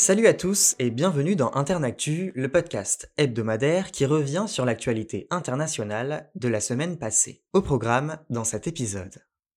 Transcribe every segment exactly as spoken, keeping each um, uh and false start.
Salut à tous et bienvenue dans Internactu, le podcast hebdomadaire qui revient sur l'actualité internationale de la semaine passée. Au programme dans cet épisode.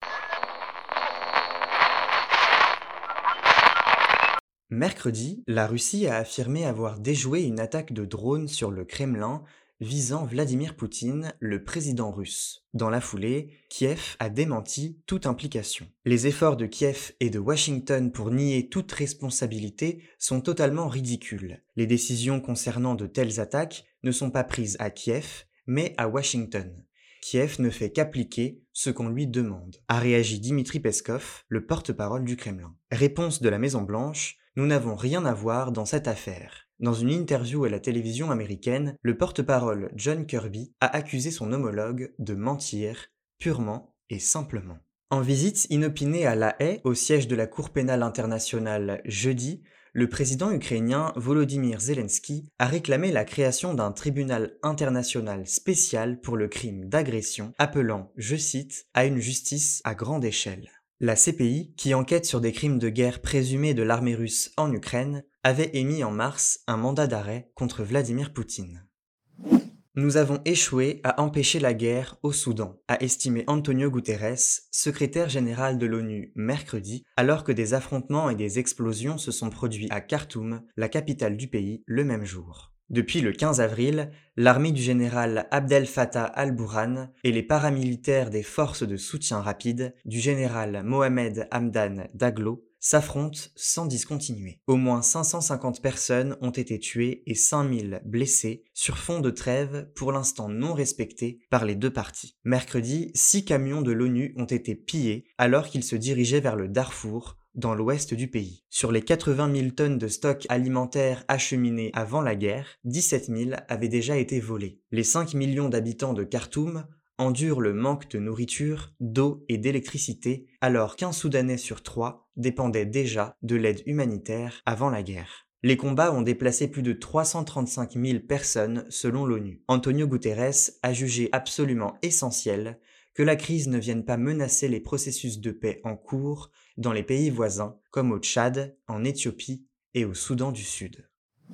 Mercredi, la Russie a affirmé avoir déjoué une attaque de drone sur le Kremlin visant Vladimir Poutine, le président russe. Dans la foulée, Kiev a démenti toute implication. Les efforts de Kiev et de Washington pour nier toute responsabilité sont totalement ridicules. Les décisions concernant de telles attaques ne sont pas prises à Kiev, mais à Washington. Kiev ne fait qu'appliquer ce qu'on lui demande, a réagi Dmitri Peskov, le porte-parole du Kremlin. Réponse de la Maison-Blanche: nous n'avons rien à voir dans cette affaire. Dans une interview à la télévision américaine, le porte-parole John Kirby a accusé son homologue de mentir purement et simplement. En visite inopinée à La Haye, au siège de la Cour pénale internationale jeudi, le président ukrainien Volodymyr Zelensky a réclamé la création d'un tribunal international spécial pour le crime d'agression, appelant, je cite, à une justice à grande échelle. La C P I, qui enquête sur des crimes de guerre présumés de l'armée russe en Ukraine, avait émis en mars un mandat d'arrêt contre Vladimir Poutine. Nous avons échoué à empêcher la guerre au Soudan, a estimé Antonio Guterres, secrétaire général de l'ONU mercredi, alors que des affrontements et des explosions se sont produits à Khartoum, la capitale du pays, le même jour. Depuis le quinze avril, l'armée du général Abdel Fattah al-Burhan et les paramilitaires des forces de soutien rapide du général Mohamed Hamdan Daglo s'affrontent sans discontinuer. Au moins cinq cent cinquante personnes ont été tuées et cinq mille blessées sur fond de trêve pour l'instant non respectée par les deux parties. Mercredi, six camions de l'ONU ont été pillés alors qu'ils se dirigeaient vers le Darfour, dans l'ouest du pays. Sur les quatre-vingt mille tonnes de stocks alimentaires acheminées avant la guerre, dix-sept mille avaient déjà été volées. Les cinq millions d'habitants de Khartoum endurent le manque de nourriture, d'eau et d'électricité, alors qu'un Soudanais sur trois dépendait déjà de l'aide humanitaire avant la guerre. Les combats ont déplacé plus de trois cent trente-cinq mille personnes selon l'ONU. Antonio Guterres a jugé absolument essentiel que la crise ne vienne pas menacer les processus de paix en cours dans les pays voisins, comme au Tchad, en Éthiopie et au Soudan du Sud.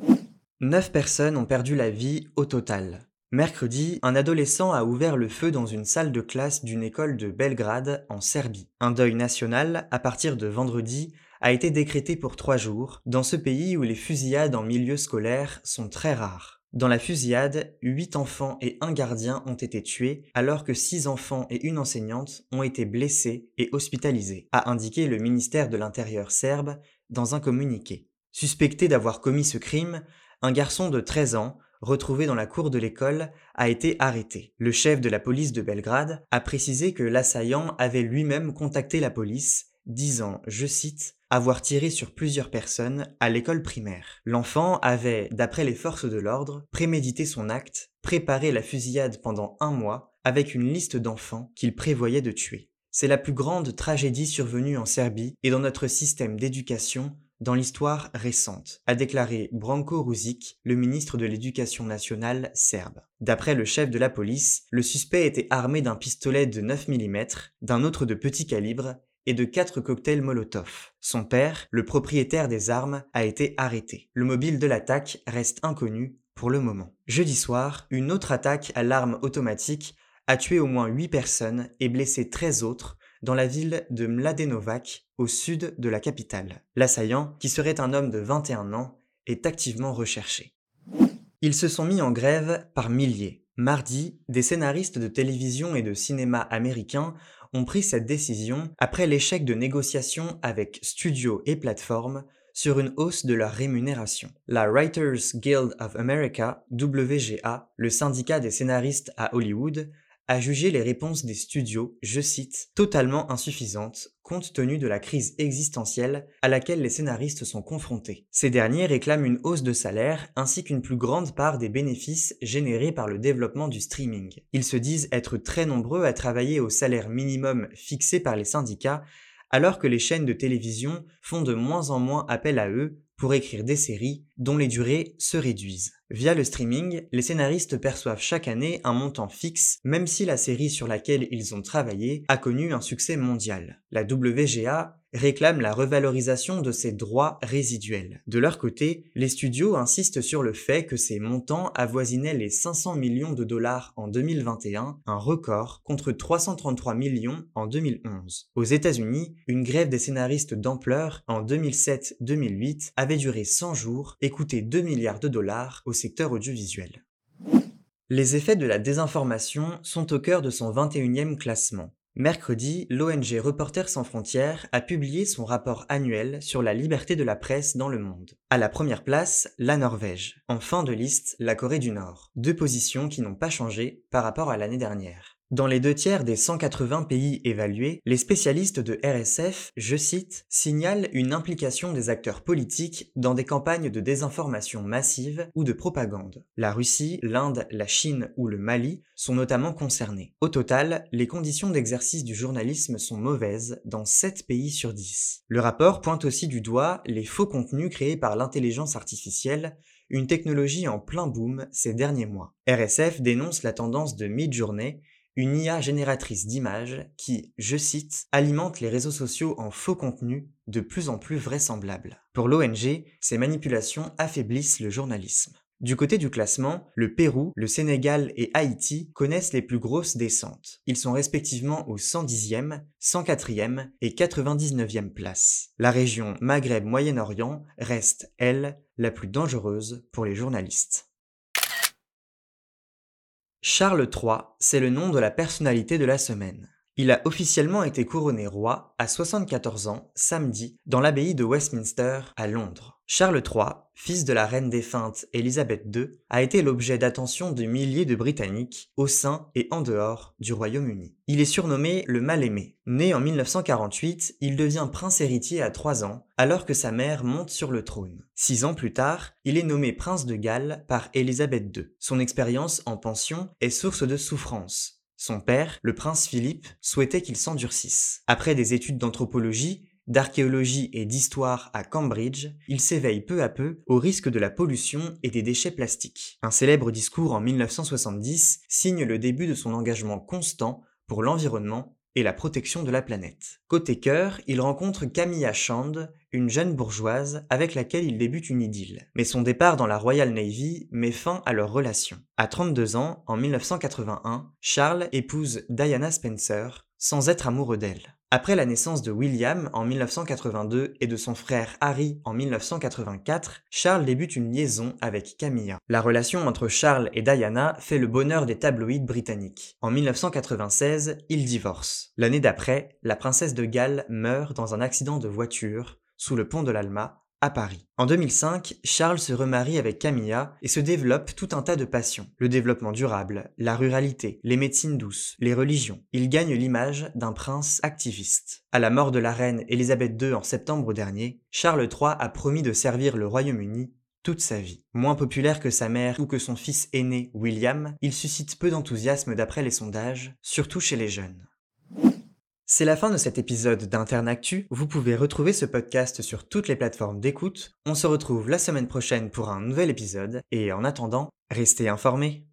Neuf personnes ont perdu la vie au total. Mercredi, un adolescent a ouvert le feu dans une salle de classe d'une école de Belgrade, en Serbie. Un deuil national, à partir de vendredi, a été décrété pour trois jours, dans ce pays où les fusillades en milieu scolaire sont très rares. Dans la fusillade, huit enfants et un gardien ont été tués, alors que six enfants et une enseignante ont été blessés et hospitalisés, a indiqué le ministère de l'Intérieur serbe dans un communiqué. Suspecté d'avoir commis ce crime, un garçon de treize ans, retrouvé dans la cour de l'école, a été arrêté. Le chef de la police de Belgrade a précisé que l'assaillant avait lui-même contacté la police, disant, je cite, avoir tiré sur plusieurs personnes à l'école primaire. L'enfant avait, d'après les forces de l'ordre, prémédité son acte, préparé la fusillade pendant un mois, avec une liste d'enfants qu'il prévoyait de tuer. C'est la plus grande tragédie survenue en Serbie et dans notre système d'éducation dans l'histoire récente, a déclaré Branko Ružić, le ministre de l'Éducation nationale serbe. D'après le chef de la police, le suspect était armé d'un pistolet de neuf millimètres, d'un autre de petit calibre et de quatre cocktails Molotov. Son père, le propriétaire des armes, a été arrêté. Le mobile de l'attaque reste inconnu pour le moment. Jeudi soir, une autre attaque à l'arme automatique a tué au moins huit personnes et blessé treize autres dans la ville de Mladenovac, au sud de la capitale. L'assaillant, qui serait un homme de vingt et un ans, est activement recherché. Ils se sont mis en grève par milliers. Mardi, des scénaristes de télévision et de cinéma américains ont pris cette décision après l'échec de négociations avec studios et plateformes sur une hausse de leur rémunération. La Writers Guild of America, W G A, le syndicat des scénaristes à Hollywood, a jugé les réponses des studios, je cite, totalement insuffisantes, compte tenu de la crise existentielle à laquelle les scénaristes sont confrontés. Ces derniers réclament une hausse de salaire ainsi qu'une plus grande part des bénéfices générés par le développement du streaming. Ils se disent être très nombreux à travailler au salaire minimum fixé par les syndicats, alors que les chaînes de télévision font de moins en moins appel à eux pour écrire des séries dont les durées se réduisent. Via le streaming, les scénaristes perçoivent chaque année un montant fixe, même si la série sur laquelle ils ont travaillé a connu un succès mondial. La W G A réclament la revalorisation de ces droits résiduels. De leur côté, les studios insistent sur le fait que ces montants avoisinaient les cinq cents millions de dollars en deux mille vingt et un, un record, contre trois cent trente-trois millions en deux mille onze. Aux États-Unis, une grève des scénaristes d'ampleur en deux mille sept deux mille huit avait duré cent jours et coûté deux milliards de dollars au secteur audiovisuel. Les effets de la désinformation sont au cœur de son vingt et unième classement. Mercredi, l'O N G Reporters sans frontières a publié son rapport annuel sur la liberté de la presse dans le monde. À la première place, la Norvège. En fin de liste, la Corée du Nord. Deux positions qui n'ont pas changé par rapport à l'année dernière. Dans les deux tiers des cent quatre-vingts pays évalués, les spécialistes de R S F, je cite, signalent une implication des acteurs politiques dans des campagnes de désinformation massive ou de propagande. La Russie, l'Inde, la Chine ou le Mali sont notamment concernés. Au total, les conditions d'exercice du journalisme sont mauvaises dans sept pays sur dix. Le rapport pointe aussi du doigt les faux contenus créés par l'intelligence artificielle, une technologie en plein boom ces derniers mois. R S F dénonce la tendance de Midjourney, une I A génératrice d'images qui, je cite, alimente les réseaux sociaux en faux contenus de plus en plus vraisemblables. Pour l'O N G, ces manipulations affaiblissent le journalisme. Du côté du classement, le Pérou, le Sénégal et Haïti connaissent les plus grosses descentes. Ils sont respectivement aux cent dixième, cent quatrième et quatre-vingt-dix-neuvième places. La région Maghreb-Moyen-Orient reste, elle, la plus dangereuse pour les journalistes. Charles trois, c'est le nom de la personnalité de la semaine. Il a officiellement été couronné roi à soixante-quatorze ans, samedi, dans l'abbaye de Westminster, à Londres. Charles trois, fils de la reine défunte Élisabeth deux, a été l'objet d'attention de milliers de Britanniques au sein et en dehors du Royaume-Uni. Il est surnommé le Mal-aimé. Né en mille neuf cent quarante-huit, il devient prince héritier à trois ans, alors que sa mère monte sur le trône. Six ans plus tard, il est nommé prince de Galles par Élisabeth deux. Son expérience en pension est source de souffrance. Son père, le prince Philippe, souhaitait qu'il s'endurcisse. Après des études d'anthropologie, d'archéologie et d'histoire à Cambridge, il s'éveille peu à peu au risque de la pollution et des déchets plastiques. Un célèbre discours en mille neuf cent soixante-dix signe le début de son engagement constant pour l'environnement et la protection de la planète. Côté cœur, il rencontre Camilla Shand, une jeune bourgeoise avec laquelle il débute une idylle. Mais son départ dans la Royal Navy met fin à leur relation. À trente-deux ans, en mille neuf cent quatre-vingt-un, Charles épouse Diana Spencer, sans être amoureux d'elle. Après la naissance de William en mille neuf cent quatre-vingt-deux et de son frère Harry en mille neuf cent quatre-vingt-quatre, Charles débute une liaison avec Camilla. La relation entre Charles et Diana fait le bonheur des tabloïds britanniques. En mille neuf cent quatre-vingt-seize, ils divorcent. L'année d'après, la princesse de Galles meurt dans un accident de voiture sous le pont de l'Alma, à Paris. En deux mille cinq, Charles se remarie avec Camilla et se développe tout un tas de passions. Le développement durable, la ruralité, les médecines douces, les religions. Il gagne l'image d'un prince activiste. À la mort de la reine Élisabeth deux en septembre dernier, Charles trois a promis de servir le Royaume-Uni toute sa vie. Moins populaire que sa mère ou que son fils aîné William, il suscite peu d'enthousiasme d'après les sondages, surtout chez les jeunes. C'est la fin de cet épisode d'Interne Actu. Vous pouvez retrouver ce podcast sur toutes les plateformes d'écoute. On se retrouve la semaine prochaine pour un nouvel épisode et en attendant, restez informés.